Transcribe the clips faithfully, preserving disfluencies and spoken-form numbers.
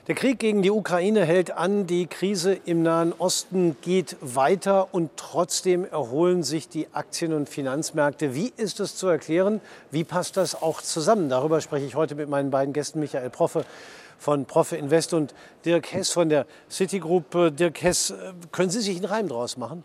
Der Krieg gegen die Ukraine hält an, die Krise im Nahen Osten geht weiter und trotzdem erholen sich die Aktien- und Finanzmärkte. Wie ist es zu erklären? Wie passt das auch zusammen? Darüber spreche ich heute mit meinen beiden Gästen, Michael Proffe von Proffe Invest und Dirk Hess von der Citigroup. Dirk Hess, können Sie sich einen Reim draus machen?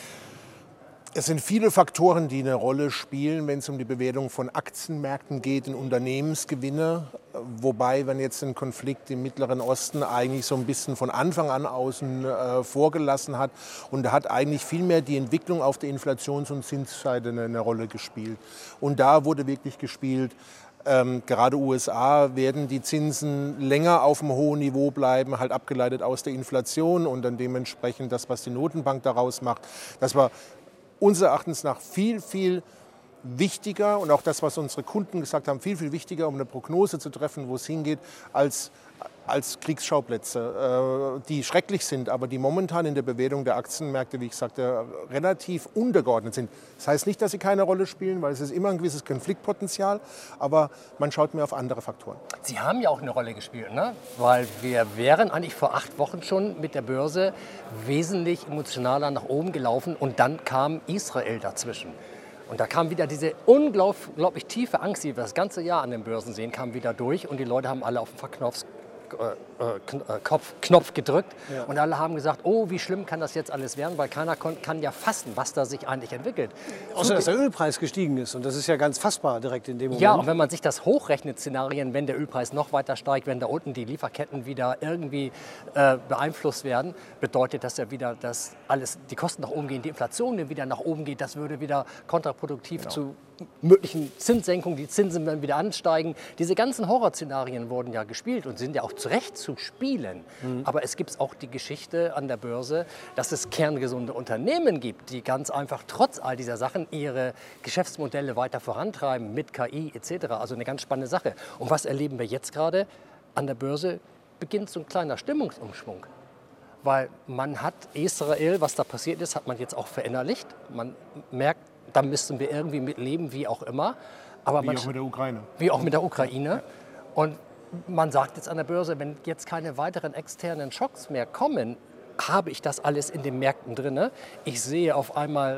Es sind viele Faktoren, die eine Rolle spielen, wenn es um die Bewertung von Aktienmärkten geht, in Unternehmensgewinne. Wobei, wenn jetzt ein Konflikt im Mittleren Osten eigentlich so ein bisschen von Anfang an außen äh, vorgelassen hat und da hat eigentlich vielmehr die Entwicklung auf der Inflations- und Zinsseite eine, eine Rolle gespielt. Und da wurde wirklich gespielt, Ähm, gerade U S A werden die Zinsen länger auf einem hohen Niveau bleiben, halt abgeleitet aus der Inflation und dann dementsprechend das, was die Notenbank daraus macht. Das war unseres Erachtens nach viel, viel wichtiger und auch das, was unsere Kunden gesagt haben, viel, viel wichtiger, um eine Prognose zu treffen, wo es hingeht, als, als Kriegsschauplätze, äh, die schrecklich sind, aber die momentan in der Bewertung der Aktienmärkte, wie ich sagte, relativ untergeordnet sind. Das heißt nicht, dass sie keine Rolle spielen, weil es ist immer ein gewisses Konfliktpotenzial, aber man schaut mehr auf andere Faktoren. Sie haben ja auch eine Rolle gespielt, ne? Weil wir wären eigentlich vor acht Wochen schon mit der Börse wesentlich emotionaler nach oben gelaufen und dann kam Israel dazwischen. Und da kam wieder diese unglaublich tiefe Angst, die wir das ganze Jahr an den Börsen sehen, kam wieder durch und die Leute haben alle auf den Verknopf, äh, äh, Kopf, Knopf gedrückt ja. Und alle haben gesagt, oh, wie schlimm kann das jetzt alles werden, weil keiner kann ja fassen, was da sich eigentlich entwickelt. Außer, dass der Ölpreis gestiegen ist und das ist ja ganz fassbar direkt in dem Moment. Ja, und wenn man sich das hochrechnet, Szenarien, wenn der Ölpreis noch weiter steigt, wenn da unten die Lieferketten wieder irgendwie äh, beeinflusst werden, bedeutet das ja wieder, dass alles, die Kosten nach oben gehen, die Inflation wieder nach oben geht, das würde wieder kontraproduktiv genau. zu möglichen Zinssenkungen, die Zinsen werden wieder ansteigen. Diese ganzen Horrorszenarien wurden ja gespielt und sind ja auch zu Recht zu spielen. Mhm. Aber es gibt auch die Geschichte an der Börse, dass es kerngesunde Unternehmen gibt, die ganz einfach trotz all dieser Sachen ihre Geschäftsmodelle weiter vorantreiben mit K I et cetera. Also eine ganz spannende Sache. Und was erleben wir jetzt gerade? An der Börse beginnt so ein kleiner Stimmungsumschwung. Weil man hat Israel, was da passiert ist, hat man jetzt auch verinnerlicht. Man merkt, da müssen wir irgendwie mit leben, wie auch immer. Aber wie man, auch mit der Ukraine. Wie auch mit der Ukraine. Und man sagt jetzt an der Börse, wenn jetzt keine weiteren externen Schocks mehr kommen, habe ich das alles in den Märkten drin. Ich sehe auf einmal,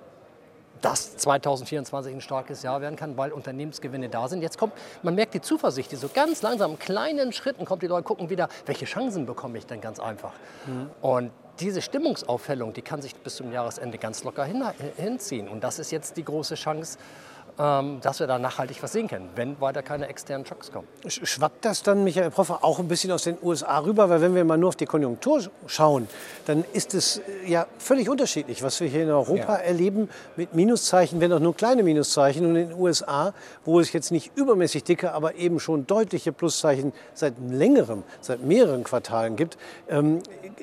dass zweitausendvierundzwanzig ein starkes Jahr werden kann, weil Unternehmensgewinne da sind. Jetzt kommt, man merkt die Zuversicht, die so ganz langsam, in kleinen Schritten kommt, die Leute gucken wieder, welche Chancen bekomme ich denn ganz einfach. Mhm. Und diese Stimmungsaufhellung, die kann sich bis zum Jahresende ganz locker hin, hinziehen. Und das ist jetzt die große Chance, ähm, dass wir da nachhaltig was sehen können, wenn weiter keine externen Schocks kommen. Schwappt das dann, Michael Proffe, auch ein bisschen aus den U S A rüber? Weil wenn wir mal nur auf die Konjunktur schauen, dann ist es ja völlig unterschiedlich, was wir hier in Europa ja. erleben mit Minuszeichen, wenn auch nur kleine Minuszeichen. Und in den U S A, wo es jetzt nicht übermäßig dicke, aber eben schon deutliche Pluszeichen seit längerem, seit mehreren Quartalen gibt. Ähm,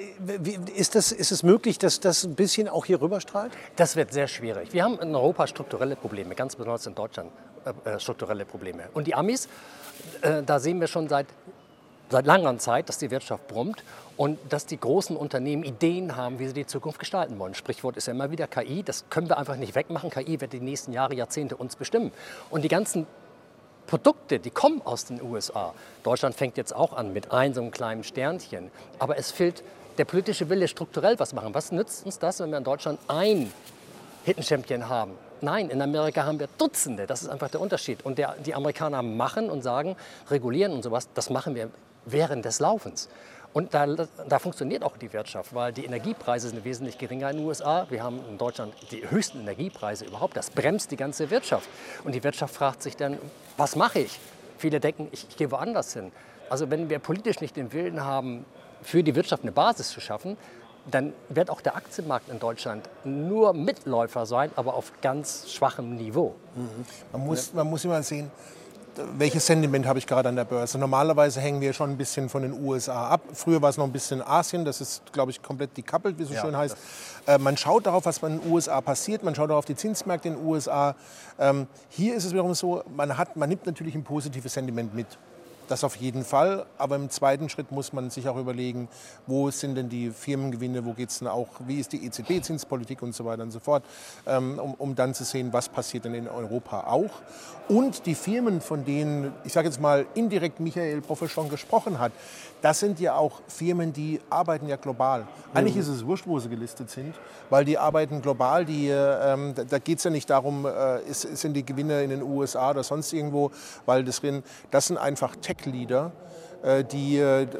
ist, das, ist es möglich, dass das ein bisschen auch hier rüberstrahlt? Das wird sehr schwierig. Wir haben in Europa strukturelle Probleme, ganz besonders in Deutschland äh, strukturelle Probleme. Und die Amis, äh, da sehen wir schon seit, seit langer Zeit, dass die Wirtschaft brummt und dass die großen Unternehmen Ideen haben, wie sie die Zukunft gestalten wollen. Sprichwort ist ja immer wieder K I, das können wir einfach nicht wegmachen. K I wird die nächsten Jahre, Jahrzehnte uns bestimmen. Und die ganzen Produkte, die kommen aus den U S A. Deutschland fängt jetzt auch an mit einem so einem kleinen Sternchen. Aber es fehlt der politische Wille, strukturell was machen. Was nützt uns das, wenn wir in Deutschland ein Hidden Champion haben? Nein, in Amerika haben wir Dutzende. Das ist einfach der Unterschied. Und der, die Amerikaner machen und sagen, regulieren und sowas, das machen wir während des Laufens. Und da, da funktioniert auch die Wirtschaft, weil die Energiepreise sind wesentlich geringer in den U S A. Wir haben in Deutschland die höchsten Energiepreise überhaupt. Das bremst die ganze Wirtschaft. Und die Wirtschaft fragt sich dann, was mache ich? Viele denken, ich, ich gehe woanders hin. Also wenn wir politisch nicht den Willen haben, für die Wirtschaft eine Basis zu schaffen, dann wird auch der Aktienmarkt in Deutschland nur Mitläufer sein, aber auf ganz schwachem Niveau. Mhm. Man muss, man muss immer sehen, welches Sentiment habe ich gerade an der Börse. Normalerweise hängen wir schon ein bisschen von den U S A ab. Früher war es noch ein bisschen Asien, das ist, glaube ich, komplett decoupled, wie es so ja, schön heißt. Äh, man schaut darauf, was in den U S A passiert, man schaut darauf die Zinsmärkte in den U S A. Ähm, hier ist es wiederum so, man, hat, man nimmt natürlich ein positives Sentiment mit. Das auf jeden Fall, aber im zweiten Schritt muss man sich auch überlegen, wo sind denn die Firmengewinne, wo geht es denn auch, wie ist die E Z B-Zinspolitik und so weiter und so fort, ähm, um, um dann zu sehen, was passiert denn in Europa auch. Und die Firmen, von denen, ich sage jetzt mal indirekt Michael Proffe schon gesprochen hat, das sind ja auch Firmen, die arbeiten ja global. Eigentlich ist es wurscht, wo sie gelistet sind, weil die arbeiten global. Die, ähm, da geht es ja nicht darum, äh, ist, sind die Gewinne in den U S A oder sonst irgendwo, weil das, das sind einfach Tech-Leader, äh, die,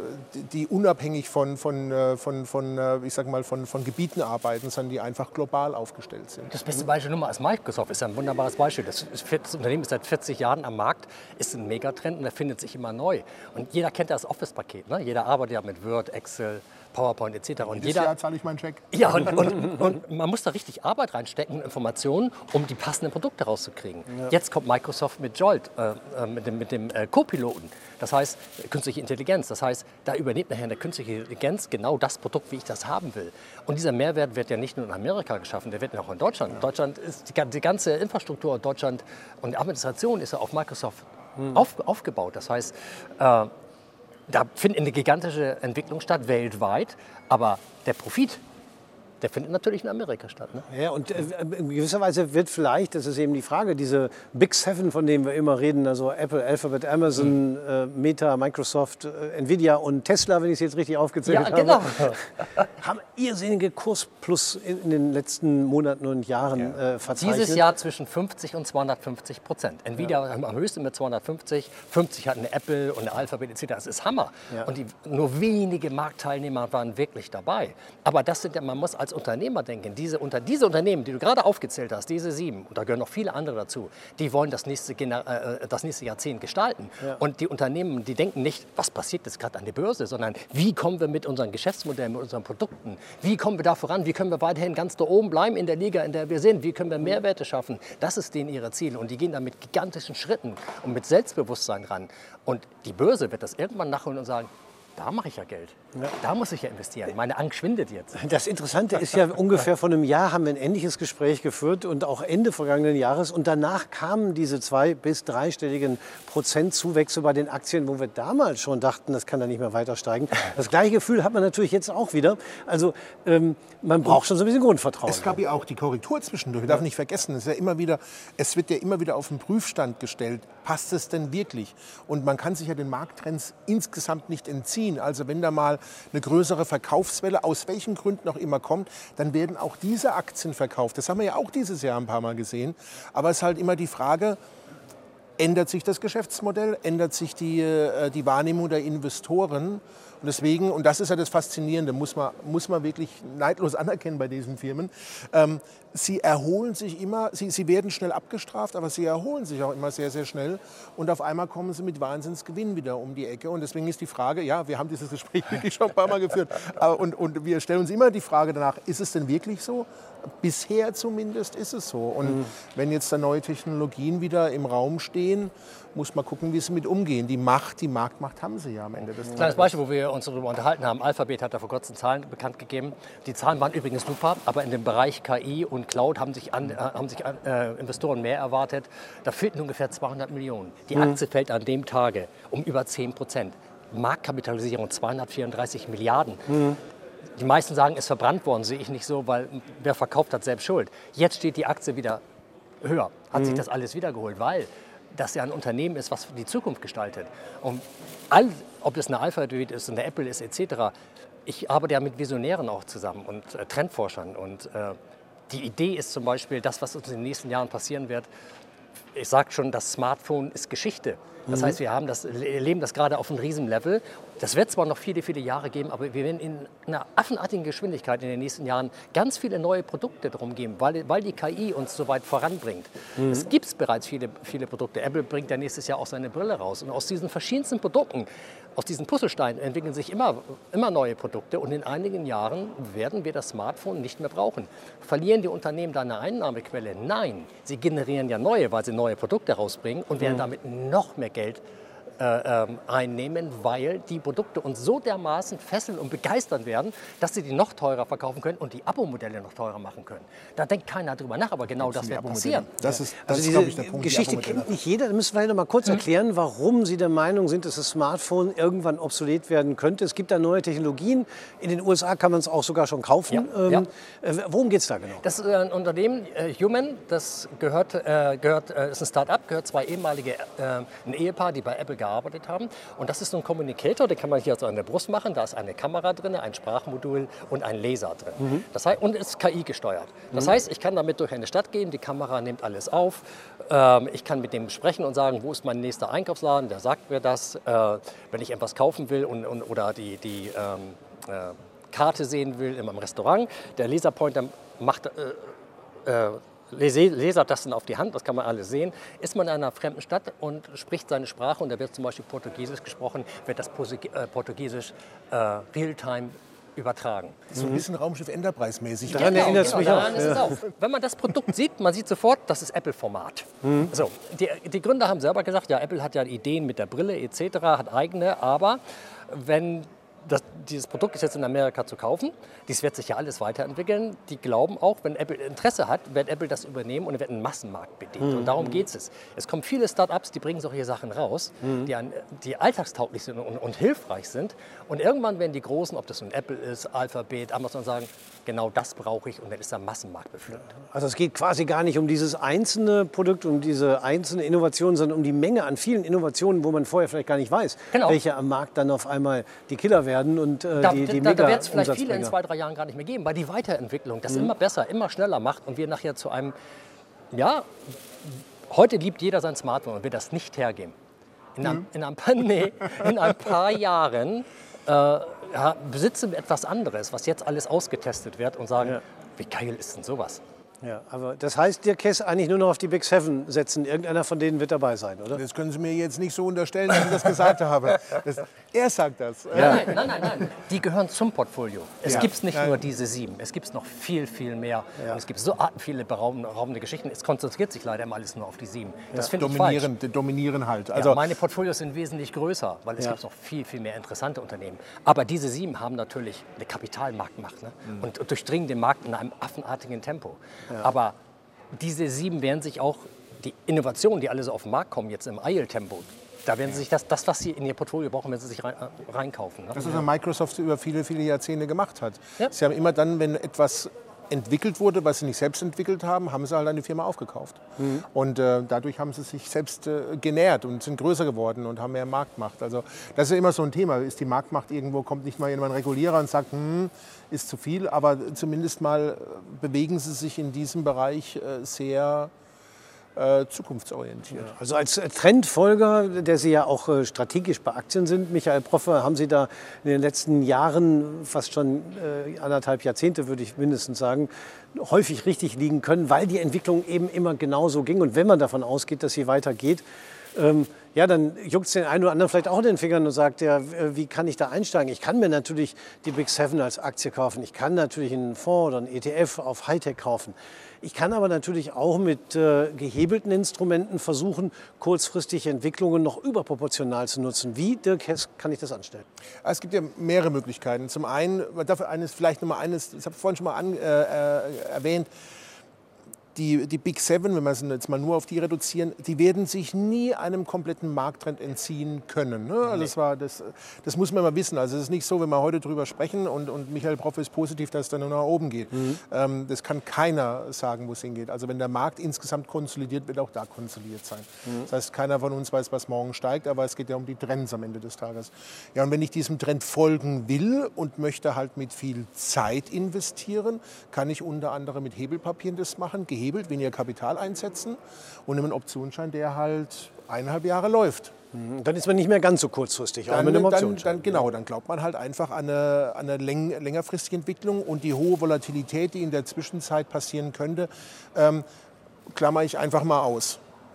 die unabhängig von, von, von, von, ich sag mal, von, von Gebieten arbeiten, sondern die einfach global aufgestellt sind. Das beste Beispiel Nummer ist Microsoft, ist ein wunderbares Beispiel. Das, das Unternehmen ist seit vierzig Jahren am Markt, ist ein Megatrend und er findet sich immer neu. Und jeder kennt das Office-Paket. Ne? Jeder arbeitet ja mit Word, Excel, PowerPoint et cetera. Und Jedes jeder, Jahr zahle ich meinen Check. Ja, und, und, und man muss da richtig Arbeit reinstecken und Informationen, um die passenden Produkte rauszukriegen. Ja. Jetzt kommt Microsoft mit Jolt, äh, mit dem, mit dem äh, Co-Piloten. Das heißt, künstliche Intelligenz. Das heißt, da übernimmt nachher eine künstliche Intelligenz genau das Produkt, wie ich das haben will. Und dieser Mehrwert wird ja nicht nur in Amerika geschaffen, der wird auch in Deutschland. Ja. Deutschland ist die, die ganze Infrastruktur Deutschland und die Administration ist ja auf Microsoft hm. auf, aufgebaut. Das heißt, äh, da findet eine gigantische Entwicklung statt, weltweit, aber der Profit, der findet natürlich in Amerika statt. Ne? Ja, und äh, in gewisser Weise wird vielleicht, das ist eben die Frage, diese Big Seven, von denen wir immer reden, also Apple, Alphabet, Amazon, mhm. äh, Meta, Microsoft, äh, Nvidia und Tesla, wenn ich es jetzt richtig aufgezählt ja, genau. habe, haben irrsinnige Kursplus in, in den letzten Monaten und Jahren ja. äh, verzeichnet. Dieses Jahr zwischen fünfzig und zweihundertfünfzig Prozent. Nvidia ja. am höchsten mit zweihundertfünfzig, fünfzig hatten eine Apple und eine Alphabet et cetera. Das ist Hammer. Ja. Und die, nur wenige Marktteilnehmer waren wirklich dabei. Aber das sind ja, man muss als Unternehmer denken, diese, unter, diese Unternehmen, die du gerade aufgezählt hast, diese sieben, und da gehören noch viele andere dazu, die wollen das nächste, äh, das nächste Jahrzehnt gestalten. Ja. Und die Unternehmen, die denken nicht, was passiert jetzt gerade an der Börse, sondern wie kommen wir mit unseren Geschäftsmodellen, mit unseren Produkten, wie kommen wir da voran, wie können wir weiterhin ganz da oben bleiben in der Liga, in der wir sind, wie können wir Mehrwerte schaffen. Das ist denen ihre Ziele und die gehen da mit gigantischen Schritten und mit Selbstbewusstsein ran. Und die Börse wird das irgendwann nachholen und sagen, da mache ich ja Geld. Ja. Da muss ich ja investieren. Meine Angst schwindet jetzt. Das Interessante ist ja, ungefähr vor einem Jahr haben wir ein ähnliches Gespräch geführt und auch Ende vergangenen Jahres. Und danach kamen diese zwei- bis dreistelligen Prozentzuwächse bei den Aktien, wo wir damals schon dachten, das kann da nicht mehr weiter steigen. Das gleiche Gefühl hat man natürlich jetzt auch wieder. Also ähm, man braucht schon so ein bisschen Grundvertrauen. Es gab ja auch die Korrektur zwischendurch. Ich darf nicht vergessen, es, ist ja immer wieder, es wird ja immer wieder auf den Prüfstand gestellt. Passt es denn wirklich? Und man kann sich ja den Markttrends insgesamt nicht entziehen. Also wenn da mal eine größere Verkaufswelle, aus welchen Gründen auch immer kommt, dann werden auch diese Aktien verkauft. Das haben wir ja auch dieses Jahr ein paar Mal gesehen. Aber es ist halt immer die Frage, ändert sich das Geschäftsmodell, ändert sich die, die Wahrnehmung der Investoren? Und deswegen, und das ist ja das Faszinierende, muss man, muss man wirklich neidlos anerkennen bei diesen Firmen, ähm, sie erholen sich immer, sie, sie werden schnell abgestraft, aber sie erholen sich auch immer sehr, sehr schnell. Und auf einmal kommen sie mit Wahnsinnsgewinn wieder um die Ecke. Und deswegen ist die Frage, ja, wir haben dieses Gespräch wirklich schon ein paar Mal geführt, aber, und, und wir stellen uns immer die Frage danach, ist es denn wirklich so? Bisher zumindest ist es so. Und mhm. wenn jetzt da neue Technologien wieder im Raum stehen, muss man gucken, wie sie mit umgehen. Die Macht, die Marktmacht haben sie ja am Ende des Tages. Kleines Beispiel, wo wir uns darüber unterhalten haben. Alphabet hat da vor kurzem Zahlen bekannt gegeben. Die Zahlen waren übrigens super, aber in dem Bereich K I und Cloud haben sich, an, äh, haben sich äh, Investoren mehr erwartet. Da fehlten ungefähr zweihundert Millionen. Die mhm. Aktie fällt an dem Tage um über zehn Prozent. Marktkapitalisierung zweihundertvierunddreißig Milliarden. Mhm. Die meisten sagen, ist verbrannt worden, sehe ich nicht so, weil wer verkauft hat, selbst schuld. Jetzt steht die Aktie wieder höher, hat mhm. sich das alles wiedergeholt, weil das ja ein Unternehmen ist, was die Zukunft gestaltet. Und all, ob es eine Alphabet ist, eine Apple ist et cetera. Ich arbeite ja mit Visionären auch zusammen und äh, Trendforschern. Und äh, die Idee ist zum Beispiel, das, was uns in den nächsten Jahren passieren wird, ich sage schon, das Smartphone ist Geschichte. Das heißt, wir haben das, erleben das gerade auf einem Riesenlevel. Das wird zwar noch viele, viele Jahre geben, aber wir werden in einer affenartigen Geschwindigkeit in den nächsten Jahren ganz viele neue Produkte drum geben, weil, weil die K I uns so weit voranbringt. Mhm. Es gibt bereits viele, viele Produkte. Apple bringt ja nächstes Jahr auch seine Brille raus. Und aus diesen verschiedensten Produkten, aus diesen Puzzlesteinen entwickeln sich immer, immer neue Produkte. Und in einigen Jahren werden wir das Smartphone nicht mehr brauchen. Verlieren die Unternehmen da eine Einnahmequelle? Nein, sie generieren ja neue, weil sie neue Produkte rausbringen und werden damit noch mehr Geld äh, ähm, einnehmen, weil die Produkte uns so dermaßen fesseln und begeistern werden, dass sie die noch teurer verkaufen können und die Abo-Modelle noch teurer machen können. Da denkt keiner drüber nach, aber genau das wird passieren. Das ist, das Also ist diese glaube ich, der Punkt. Geschichte kennt nicht jeder. Da müssen wir noch mal kurz erklären, warum Sie der Meinung sind, dass das Smartphone irgendwann obsolet werden könnte. Es gibt da neue Technologien. In den U S A kann man es auch sogar schon kaufen. Ja, ähm, ja. Äh, worum geht es da genau? Das ist ein Unternehmen, äh, Human, das gehört, äh, gehört, äh, ist ein Start-up, gehört zwei ehemalige, äh, ein Ehepaar, die bei Apple gearbeitet haben. Und das ist so ein Communicator, den kann man hier also an der Brust machen. Da ist eine Kamera drin, ein Sprachmodul und ein Laser drin. Mhm. Das heißt, und ist K I gesteuert. Das mhm. heißt, ich kann damit durch eine Stadt gehen, die Kamera nimmt alles auf. Ähm, ich kann mit dem sprechen und sagen, wo ist mein nächster Einkaufsladen, der sagt mir das. Äh, wenn ich etwas kaufen will und, und, oder die, die ähm, äh, Karte sehen will in meinem Restaurant, der Laserpointer macht... Äh, äh, lasert das dann auf die Hand, das kann man alles sehen. Ist man in einer fremden Stadt und spricht seine Sprache und da wird zum Beispiel Portugiesisch gesprochen, wird das Portugiesisch äh, real-time übertragen. So ein bisschen Raumschiff Enterprise-mäßig. Daran Genau, erinnert es genau, mich daran auch. ist es Ja. auch. Wenn man das Produkt sieht, man sieht sofort, das ist Apple-Format. Mhm. So, die, die Gründer haben selber gesagt, ja, Apple hat ja Ideen mit der Brille et cetera, hat eigene, aber wenn Das, dieses Produkt ist jetzt in Amerika zu kaufen. Dies wird sich ja alles weiterentwickeln. Die glauben auch, wenn Apple Interesse hat, wird Apple das übernehmen und wird einen Massenmarkt bedient. Mhm. Und darum geht es. Es kommen viele Start-ups, die bringen solche Sachen raus, mhm. die, an, die alltagstauglich sind und, und hilfreich sind. Und irgendwann werden die Großen, ob das nun Apple ist, Alphabet, Amazon, sagen, genau das brauche ich und dann ist der Massenmarkt befüllt. Also es geht quasi gar nicht um dieses einzelne Produkt, um diese einzelne Innovation, sondern um die Menge an vielen Innovationen, wo man vorher vielleicht gar nicht weiß, genau. welche am Markt dann auf einmal die Killer werden und äh, da, die, die da, mega da wird es vielleicht viele in Umsatzbringer. zwei, drei Jahren gar nicht mehr geben, weil die Weiterentwicklung das mhm. immer besser, immer schneller macht und wir nachher zu einem, ja, heute liebt jeder sein Smartphone und will das nicht hergeben. In, einem, in, einem, nee, in ein paar Jahren äh, ja, besitzen wir etwas anderes, was jetzt alles ausgetestet wird und sagen, ja. wie geil ist denn sowas? Ja, aber das heißt, Dirk Hess eigentlich nur noch auf die Big Seven setzen. Irgendeiner von denen wird dabei sein, oder? Das können Sie mir jetzt nicht so unterstellen, dass ich das gesagt habe. Das, er sagt das. Ja. Nein, nein, nein, nein. Die gehören zum Portfolio. Es Ja. gibt nicht Ja. nur diese sieben. Es gibt noch viel, viel mehr. Ja. Und es gibt so viele beraubende Geschichten. Es konzentriert sich leider immer alles nur auf die sieben. Das finde ich falsch. Dominieren, dominieren halt. Also, Ja, meine Portfolios sind wesentlich größer, weil es Ja. gibt noch viel, viel mehr interessante Unternehmen. Aber diese sieben haben natürlich eine Kapitalmarktmacht, ne? Mhm. und, und durchdringen den Markt in einem affenartigen Tempo. Aber diese sieben werden sich auch, die Innovationen, die alle so auf den Markt kommen, jetzt im Eiltempo, da werden sie sich das, das, was sie in ihr Portfolio brauchen, werden sie sich rein, äh, reinkaufen. Ne? das ist, was Microsoft über viele, viele Jahrzehnte gemacht hat. Ja. Sie haben immer dann, wenn etwas entwickelt wurde, was sie nicht selbst entwickelt haben, haben sie halt eine Firma aufgekauft. Mhm. Und äh, dadurch haben sie sich selbst äh, genährt und sind größer geworden und haben mehr Marktmacht. Also das ist ja immer so ein Thema. Ist die Marktmacht irgendwo, kommt nicht mal jemand Regulierer und sagt, hm, ist zu viel, aber zumindest mal bewegen sie sich in diesem Bereich äh, sehr äh, zukunftsorientiert. Also als Trendfolger, der Sie ja auch äh, strategisch bei Aktien sind, Michael Proffe, haben Sie da in den letzten Jahren, fast schon äh, anderthalb Jahrzehnte, würde ich mindestens sagen, häufig richtig liegen können, weil die Entwicklung eben immer genauso ging. Und wenn man davon ausgeht, dass sie weitergeht, ähm, ja, dann juckt es den einen oder anderen vielleicht auch in den Fingern und sagt, ja, wie kann ich da einsteigen? Ich kann mir natürlich die Big Seven als Aktie kaufen. Ich kann natürlich einen Fonds oder einen E T F auf Hightech kaufen. Ich kann aber natürlich auch mit äh, gehebelten Instrumenten versuchen, kurzfristige Entwicklungen noch überproportional zu nutzen. Wie, Dirk Hess, kann ich das anstellen? Es gibt ja mehrere Möglichkeiten. Zum einen, man darf eines, vielleicht noch mal eines, ich habe vorhin schon mal an, äh, erwähnt, Die, die Big Seven, wenn wir es jetzt mal nur auf die reduzieren, die werden sich nie einem kompletten Markttrend entziehen können. Ne? Also das, war, das, das muss man mal wissen. Also es ist nicht so, wenn wir heute drüber sprechen und, und Michael Proffe ist positiv, dass es dann nur nach oben geht. Mhm. Ähm, das kann keiner sagen, wo es hingeht. Also wenn der Markt insgesamt konsolidiert, wird auch da konsolidiert sein. Mhm. Das heißt, keiner von uns weiß, was morgen steigt, aber es geht ja um die Trends am Ende des Tages. Ja, und wenn ich diesem Trend folgen will und möchte halt mit viel Zeit investieren, kann ich unter anderem mit Hebelpapieren das machen, gehebelt, weniger Kapital einsetzen und einen Optionsschein, der halt eineinhalb Jahre läuft. Dann ist man nicht mehr ganz so kurzfristig, auch Dann, mit einem dann, Optionsschein. dann, genau, dann glaubt man halt einfach an eine, an eine läng, längerfristige Entwicklung und die hohe Volatilität, die in der Zwischenzeit passieren könnte, ähm, klammer ich einfach mal aus.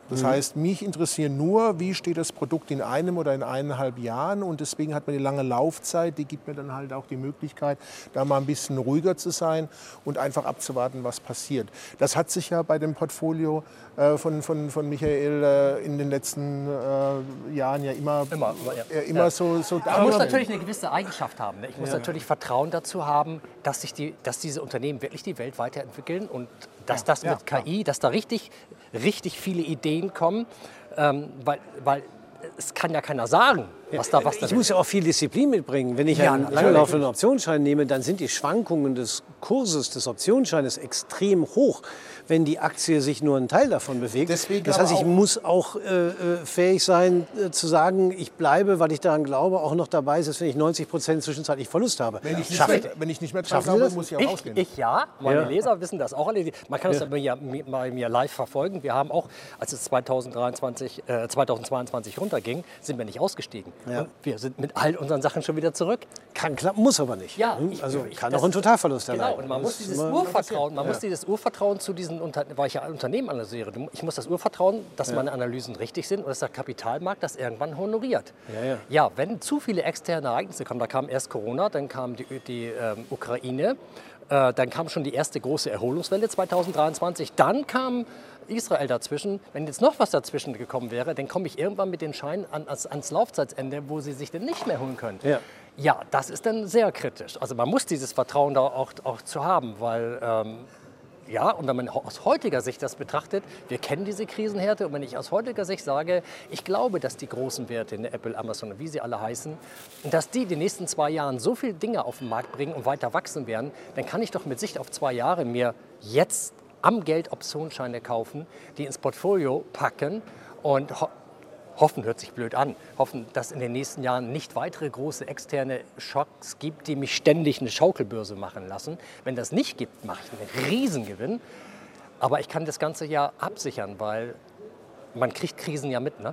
Das mhm. heißt, mich interessiert nur, wie steht das Produkt in einem oder in eineinhalb Jahren. Und deswegen hat man die lange Laufzeit, die gibt mir dann halt auch die Möglichkeit, da mal ein bisschen ruhiger zu sein und einfach abzuwarten, was passiert. Das hat sich ja bei dem Portfolio äh, von, von, von Michael äh, in den letzten äh, Jahren ja immer, immer, ja. Äh, immer ja. so, so Man muss natürlich eine gewisse Eigenschaft haben. Ne? Ich muss ja. natürlich Vertrauen dazu haben, dass, sich die, dass diese Unternehmen wirklich die Welt weiterentwickeln und dass das ja, mit ja, K I, dass da richtig, richtig viele Ideen kommen, ähm, weil, weil es kann ja keiner sagen, was da was da Ich muss ja auch viel Disziplin mitbringen. Wenn ich ja, einen langlaufenden Optionsschein nehme, dann sind die Schwankungen des Kurses des Optionsscheines extrem hoch, wenn die Aktie sich nur einen Teil davon bewegt. Deswegen das heißt, ich muss auch äh, fähig sein äh, zu sagen, ich bleibe, weil ich daran glaube, auch noch dabei, selbst wenn ich neunzig Prozent zwischenzeitlich Verlust habe. Wenn ich nicht, mehr, wenn ich nicht mehr dran glaube, muss ich auch ich, rausgehen. Ich ja, meine ja. Leser wissen das auch alle. Man kann das ja. bei, mir, bei mir live verfolgen. Wir haben auch, als es zweitausenddreiundzwanzig, äh, zweitausendzweiundzwanzig runterging, sind wir nicht ausgestiegen. Ja. Und wir sind mit all unseren Sachen schon wieder zurück. Kann klappen, muss aber nicht. Ja, ich, also ich, kann auch ein Totalverlust erleiden. Genau, und man muss dieses Urvertrauen, man ja. muss dieses Urvertrauen zu diesen, weil ich ja Unternehmen analysiere, ich muss das Urvertrauen, dass ja. meine Analysen richtig sind und dass der Kapitalmarkt das irgendwann honoriert. Ja, ja. ja, wenn zu viele externe Ereignisse kommen, da kam erst Corona, dann kam die, die ähm, Ukraine, äh, dann kam schon die erste große Erholungswelle zweitausenddreiundzwanzig, dann kam Israel dazwischen. Wenn jetzt noch was dazwischen gekommen wäre, dann komme ich irgendwann mit den Scheinen an, ans, ans Laufzeitsende, wo sie sich dann nicht mehr holen können. Ja. ja, das ist dann sehr kritisch. Also man muss dieses Vertrauen da auch, auch zu haben, weil ähm, ja, und wenn man aus heutiger Sicht das betrachtet, wir kennen diese Krisenhärte und wenn ich aus heutiger Sicht sage, ich glaube, dass die großen Werte, ne, Apple, Amazon und wie sie alle heißen, dass die in den nächsten zwei Jahren so viele Dinge auf den Markt bringen und weiter wachsen werden, dann kann ich doch mit Sicht auf zwei Jahre mir jetzt am Geld Optionsscheine kaufen, die ins Portfolio packen und ho hoffen, hört sich blöd an, hoffen, dass in den nächsten Jahren nicht weitere große externe Schocks gibt, die mich ständig eine Schaukelbörse machen lassen. Wenn das nicht gibt, mache ich einen Riesengewinn. Aber ich kann das ganze Jahr absichern, weil man kriegt Krisen ja mit, ne?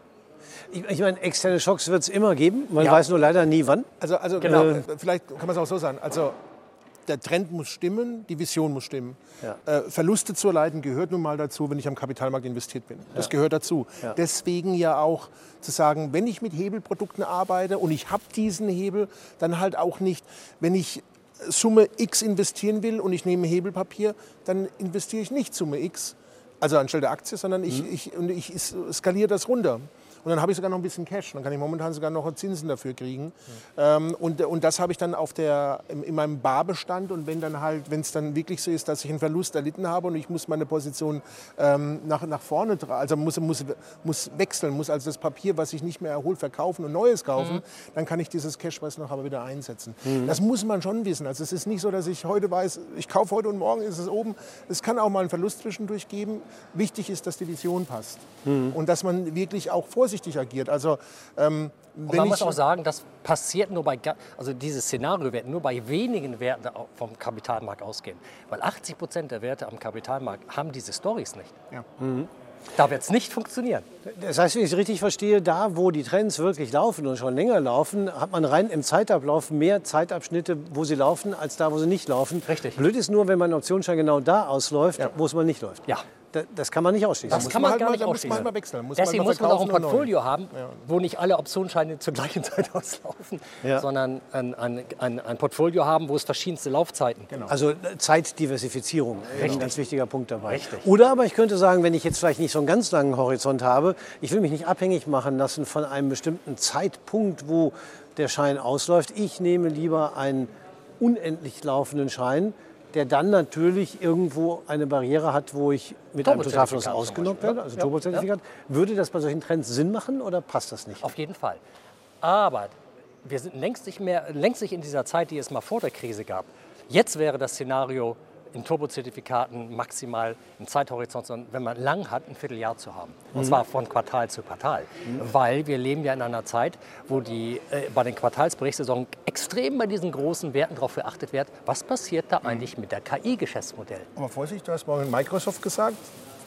Ich, ich meine, externe Schocks wird es immer geben, man ja. weiß nur leider nie wann. Also, also genau. äh, vielleicht kann man es auch so sagen. Also der Trend muss stimmen, die Vision muss stimmen. Ja. Äh, Verluste zu erleiden gehört nun mal dazu, wenn ich am Kapitalmarkt investiert bin. Das ja. gehört dazu. Ja. Deswegen ja auch zu sagen, wenn ich mit Hebelprodukten arbeite und ich habe diesen Hebel, dann halt auch nicht, wenn ich Summe X investieren will und ich nehme Hebelpapier, dann investiere ich nicht Summe X, also anstelle der Aktie, sondern ich, mhm. ich, und ich skaliere das runter. Und dann habe ich sogar noch ein bisschen Cash. Dann kann ich momentan sogar noch Zinsen dafür kriegen. Mhm. Ähm, und, und das habe ich dann auf der, in, in meinem Barbestand. Und wenn dann halt, wenn es dann wirklich so ist, dass ich einen Verlust erlitten habe und ich muss meine Position ähm, nach, nach vorne, also muss, muss, muss wechseln, muss also das Papier, was ich nicht mehr erholt, verkaufen und Neues kaufen, mhm. dann kann ich dieses Cash, was noch aber wieder einsetzen. Mhm. Das muss man schon wissen. Also es ist nicht so, dass ich heute weiß, ich kaufe heute und morgen ist es oben. Es kann auch mal einen Verlust zwischendurch geben. Wichtig ist, dass die Vision passt. Mhm. Und dass man wirklich auch vorsichtig agiert. Also, ähm, wenn und man muss auch sagen, das passiert nur bei, also dieses Szenario wird nur bei wenigen Werten vom Kapitalmarkt ausgehen. Weil achtzig Prozent der Werte am Kapitalmarkt haben diese Storys nicht. Ja. Mhm. Da wird es nicht funktionieren. Das heißt, wenn ich es richtig verstehe, da wo die Trends wirklich laufen und schon länger laufen, hat man rein im Zeitablauf mehr Zeitabschnitte, wo sie laufen, als da, wo sie nicht laufen. Richtig. Blöd ist nur, wenn mein Optionsschein genau da ausläuft, ja. wo es mal nicht läuft. Ja. Das kann man nicht ausschließen. Das kann man halt gar nicht ausschließen. Muss man wechseln. Muss Deswegen man muss man auch ein Portfolio haben, ja. wo nicht alle Optionsscheine zur gleichen Zeit auslaufen, ja. sondern ein, ein, ein, ein Portfolio haben, wo es verschiedenste Laufzeiten gibt. Genau. Also Zeitdiversifizierung, Richtig. ein ganz wichtiger Punkt dabei. Richtig. Oder aber ich könnte sagen, wenn ich jetzt vielleicht nicht so einen ganz langen Horizont habe, ich will mich nicht abhängig machen lassen von einem bestimmten Zeitpunkt, wo der Schein ausläuft. Ich nehme lieber einen unendlich laufenden Schein, der dann natürlich irgendwo eine Barriere hat, wo ich mit einem Totalverlust ausgenockt werde, also ja, Turbozertifikat. Ja. Würde das bei solchen Trends Sinn machen oder passt das nicht? Auf jeden Fall. Aber wir sind längst nicht mehr, längst nicht in dieser Zeit, die es mal vor der Krise gab. Jetzt wäre das Szenario in Turbozertifikaten maximal im Zeithorizont, wenn man lang hat, ein Vierteljahr zu haben. Und mhm. zwar von Quartal zu Quartal. Mhm. Weil wir leben ja in einer Zeit, wo die, äh, bei den Quartalsberichtssaison extrem bei diesen großen Werten darauf geachtet wird, was passiert da mhm. eigentlich mit der K I-Geschäftsmodell. Aber Vorsicht, du hast morgen Microsoft gesagt,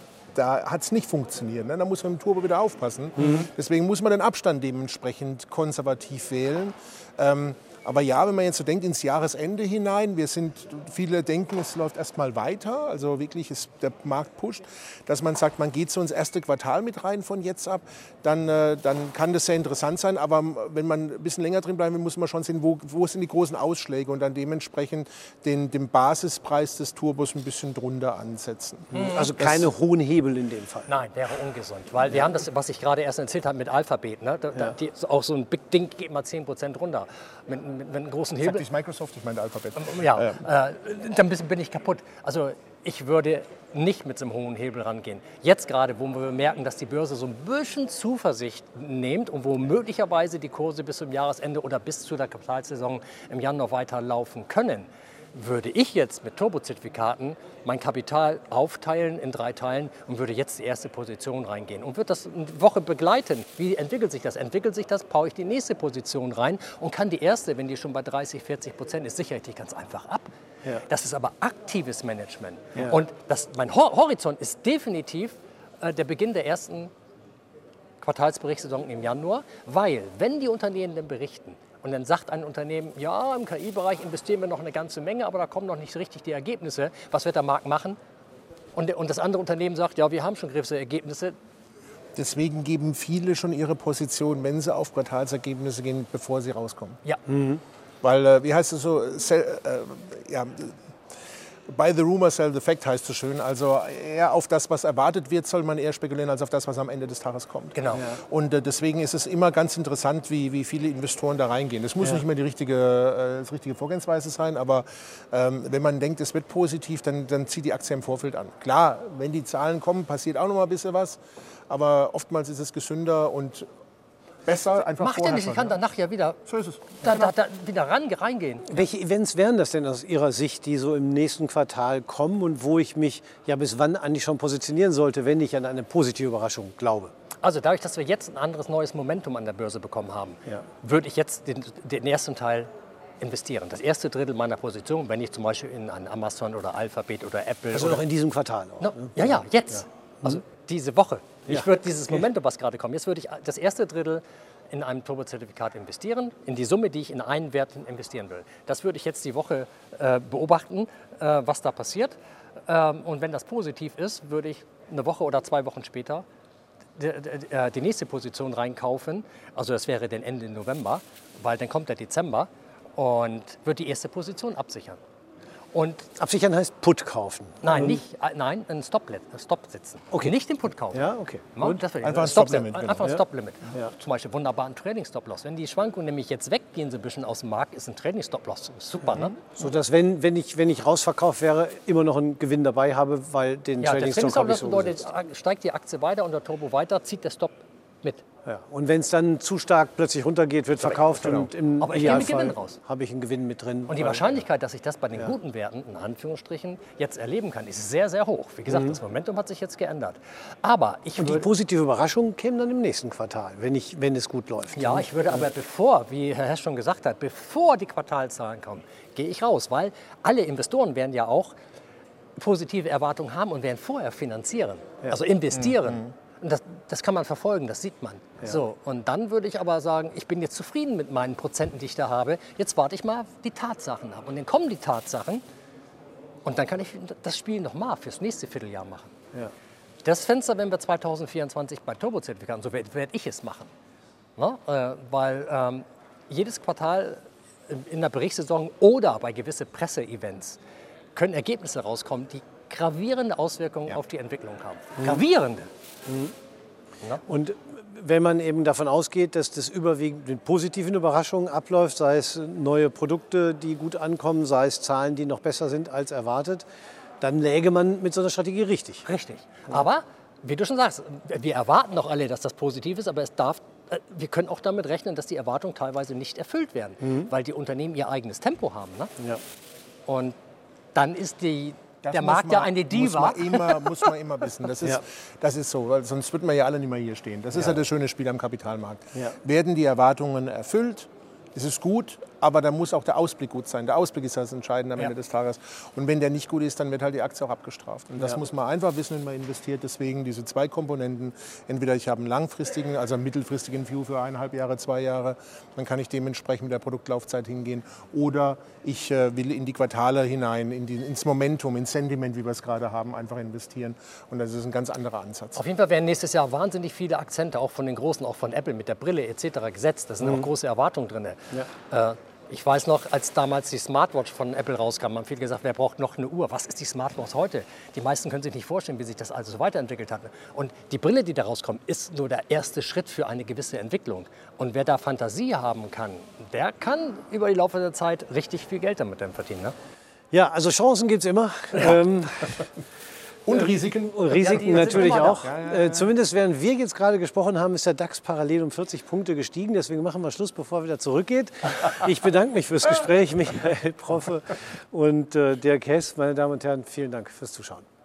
da hat es nicht funktioniert. Ne? Da muss man im Turbo wieder aufpassen. Mhm. Deswegen muss man den Abstand dementsprechend konservativ wählen. Ähm, Aber ja, wenn man jetzt so denkt, ins Jahresende hinein, wir sind, viele denken, es läuft erstmal weiter, also wirklich ist der Markt pusht, dass man sagt, man geht so ins erste Quartal mit rein von jetzt ab, dann, äh, dann kann das sehr interessant sein. Aber wenn man ein bisschen länger drin bleiben will, muss man schon sehen, wo, wo sind die großen Ausschläge und dann dementsprechend den, den Basispreis des Turbos ein bisschen drunter ansetzen. Also keine das, hohen Hebel in dem Fall. Nein, wäre ungesund, weil wir haben das, was ich gerade erst erzählt habe mit Alphabet, ne? da, ja. die, auch so ein Big Ding geht mal zehn Prozent runter. Mit, mit, mit einem großen Hebel. Sagt nicht Microsoft, ich meine Alphabet. Ja, ja. Äh, dann bin ich kaputt. Also ich würde nicht mit so einem hohen Hebel rangehen. Jetzt gerade, wo wir merken, dass die Börse so ein bisschen Zuversicht nimmt und wo möglicherweise die Kurse bis zum Jahresende oder bis zu der Quartalssaison im Januar weiterlaufen können, würde ich jetzt mit Turbozertifikaten mein Kapital aufteilen in drei Teilen und würde jetzt die erste Position reingehen und würde das eine Woche begleiten. Wie entwickelt sich das? Entwickelt sich das, baue ich die nächste Position rein und kann die erste, wenn die schon bei dreißig, vierzig Prozent ist, sichere ich die ganz einfach ab. Ja. Das ist aber aktives Management. Ja. Und das, mein Horizont ist definitiv äh, der Beginn der ersten Quartalsberichtssaison im Januar, weil wenn die Unternehmen dann berichten, und dann sagt ein Unternehmen, ja, im K I-Bereich investieren wir noch eine ganze Menge, aber da kommen noch nicht richtig die Ergebnisse. Was wird der Markt machen? Und, und das andere Unternehmen sagt, ja, wir haben schon gewisse Ergebnisse. Deswegen geben viele schon ihre Position, wenn sie auf Quartalsergebnisse gehen, bevor sie rauskommen. Ja. Mhm. Weil, äh, wie heißt es so, sell, äh, ja, buy the rumor, sell the fact heißt so schön. Also eher auf das, was erwartet wird, soll man eher spekulieren, als auf das, was am Ende des Tages kommt. Genau. Ja. Und äh, deswegen ist es immer ganz interessant, wie, wie viele Investoren da reingehen. Das muss ja. nicht immer die richtige, äh, das richtige Vorgehensweise sein, aber ähm, wenn man denkt, es wird positiv, dann, dann zieht die Aktie im Vorfeld an. Klar, wenn die Zahlen kommen, passiert auch noch mal ein bisschen was, aber oftmals ist es gesünder und besser einfach Macht ja nicht, ich kann danach ja wieder, so ist es. Da, da, da wieder ran, reingehen. Welche Events wären das denn aus Ihrer Sicht, die so im nächsten Quartal kommen und wo ich mich ja bis wann eigentlich schon positionieren sollte, wenn ich an eine positive Überraschung glaube? Also dadurch, dass wir jetzt ein anderes neues Momentum an der Börse bekommen haben, ja. würde ich jetzt den, den ersten Teil investieren. Das erste Drittel meiner Position, wenn ich zum Beispiel in ein Amazon oder Alphabet oder Apple... Also oder noch in diesem Quartal auch, no, ne? Ja, ja, jetzt. Ja. Also mhm. diese Woche. Ich ja. würde dieses Momentum, was gerade kommt, jetzt würde ich das erste Drittel in einem Turbozertifikat investieren, in die Summe, die ich in einen Wert investieren will. Das würde ich jetzt die Woche äh, beobachten, äh, was da passiert. Ähm, und wenn das positiv ist, würde ich eine Woche oder zwei Wochen später die, die, die nächste Position reinkaufen. Also das wäre dann Ende November, weil dann kommt der Dezember und wird die erste Position absichern. Und absichern heißt Put kaufen? Nein, nicht, nein, ein Stop, Stop setzen. Okay. Nicht den Put kaufen. Ja, okay. Und das einfach ein Stop-Limit. Stop einfach ein ja. Stop-Limit. Ja. Zum Beispiel wunderbar ein Trading-Stop-Loss. Wenn die Schwankungen nämlich jetzt weggehen, so ein bisschen aus dem Markt, ist ein Trading-Stop-Loss super. Mhm. Ne? So dass, wenn, wenn, ich, wenn ich rausverkauft wäre, immer noch einen Gewinn dabei habe, weil den ja, Trading-Stop habe ich so bedeutet, steigt die Aktie weiter und der Turbo weiter, zieht der Stop mit. Ja. Und wenn es dann zu stark plötzlich runtergeht, wird verkauft genau. und im Aber ich Idealfall habe ich einen Gewinn mit drin. Und die Wahrscheinlichkeit, dass ich das bei den ja. guten Werten, in Anführungsstrichen, jetzt erleben kann, ist sehr, sehr hoch. Wie gesagt, mhm. das Momentum hat sich jetzt geändert. Aber ich und die positive Überraschung käme dann im nächsten Quartal, wenn, ich, wenn es gut läuft. Ja, ich würde aber bevor, wie Herr Hess schon gesagt hat, bevor die Quartalszahlen kommen, gehe ich raus. Weil alle Investoren werden ja auch positive Erwartungen haben und werden vorher finanzieren, ja. also investieren. Mhm. Und das, das kann man verfolgen, das sieht man. Ja. So, und dann würde ich aber sagen, ich bin jetzt zufrieden mit meinen Prozenten, die ich da habe. Jetzt warte ich mal die Tatsachen ab. Und dann kommen die Tatsachen und dann kann ich das Spiel nochmal fürs nächste Vierteljahr machen. Ja. Das Fenster, wenn wir zweitausendvierundzwanzig bei Turbozertifikaten, so werde werd ich es machen. Ne? Äh, weil ähm, jedes Quartal in der Berichtssaison oder bei gewissen Presseevents können Ergebnisse rauskommen, die gravierende Auswirkungen ja. auf die Entwicklung haben. Mhm. Gravierende. Mhm. Ja. Und wenn man eben davon ausgeht, dass das überwiegend mit positiven Überraschungen abläuft, sei es neue Produkte, die gut ankommen, sei es Zahlen, die noch besser sind als erwartet, dann läge man mit so einer Strategie richtig. Richtig. Ja. Aber, wie du schon sagst, wir erwarten doch alle, dass das positiv ist, aber es darf, wir können auch damit rechnen, dass die Erwartungen teilweise nicht erfüllt werden, mhm. weil die Unternehmen ihr eigenes Tempo haben. Ne? Ja. Und dann ist die Das der Markt man, ja eine Diva. Muss man immer, muss man immer wissen. Das ist, ja. das ist so, weil sonst würden wir ja alle nicht mehr hier stehen. Das ist ja, ja das schöne Spiel am Kapitalmarkt. Ja. Werden die Erwartungen erfüllt, ist es gut, aber da muss auch der Ausblick gut sein. Der Ausblick ist das Entscheidende am Ja. Ende des Tages. Und wenn der nicht gut ist, dann wird halt die Aktie auch abgestraft. Und das Ja. muss man einfach wissen, wenn man investiert. Deswegen diese zwei Komponenten. Entweder ich habe einen langfristigen, also einen mittelfristigen View für eineinhalb Jahre, zwei Jahre. Dann kann ich dementsprechend mit der Produktlaufzeit hingehen. Oder ich äh, will in die Quartale hinein, in die, ins Momentum, ins Sentiment, wie wir es gerade haben, einfach investieren. Und das ist ein ganz anderer Ansatz. Auf jeden Fall werden nächstes Jahr wahnsinnig viele Akzente, auch von den Großen, auch von Apple mit der Brille et cetera gesetzt. Da sind auch große Erwartungen drin. Ja. Äh, ich weiß noch, als damals die Smartwatch von Apple rauskam, haben viele gesagt, wer braucht noch eine Uhr? Was ist die Smartwatch heute? Die meisten können sich nicht vorstellen, wie sich das also so weiterentwickelt hat. Und die Brille, die da rauskommt, ist nur der erste Schritt für eine gewisse Entwicklung. Und wer da Fantasie haben kann, der kann über die Laufe der Zeit richtig viel Geld damit verdienen. Ne? Ja, also Chancen gibt es immer. Ähm, Und Risiken. Und Risiken Ja, die sind natürlich immer da. auch. Äh, zumindest während wir jetzt gerade gesprochen haben, ist der DAX parallel um vierzig Punkte gestiegen. Deswegen machen wir Schluss, bevor er wieder zurückgeht. Ich bedanke mich fürs Gespräch, Michael Proffe und äh, Dirk Hess. Meine Damen und Herren, vielen Dank fürs Zuschauen.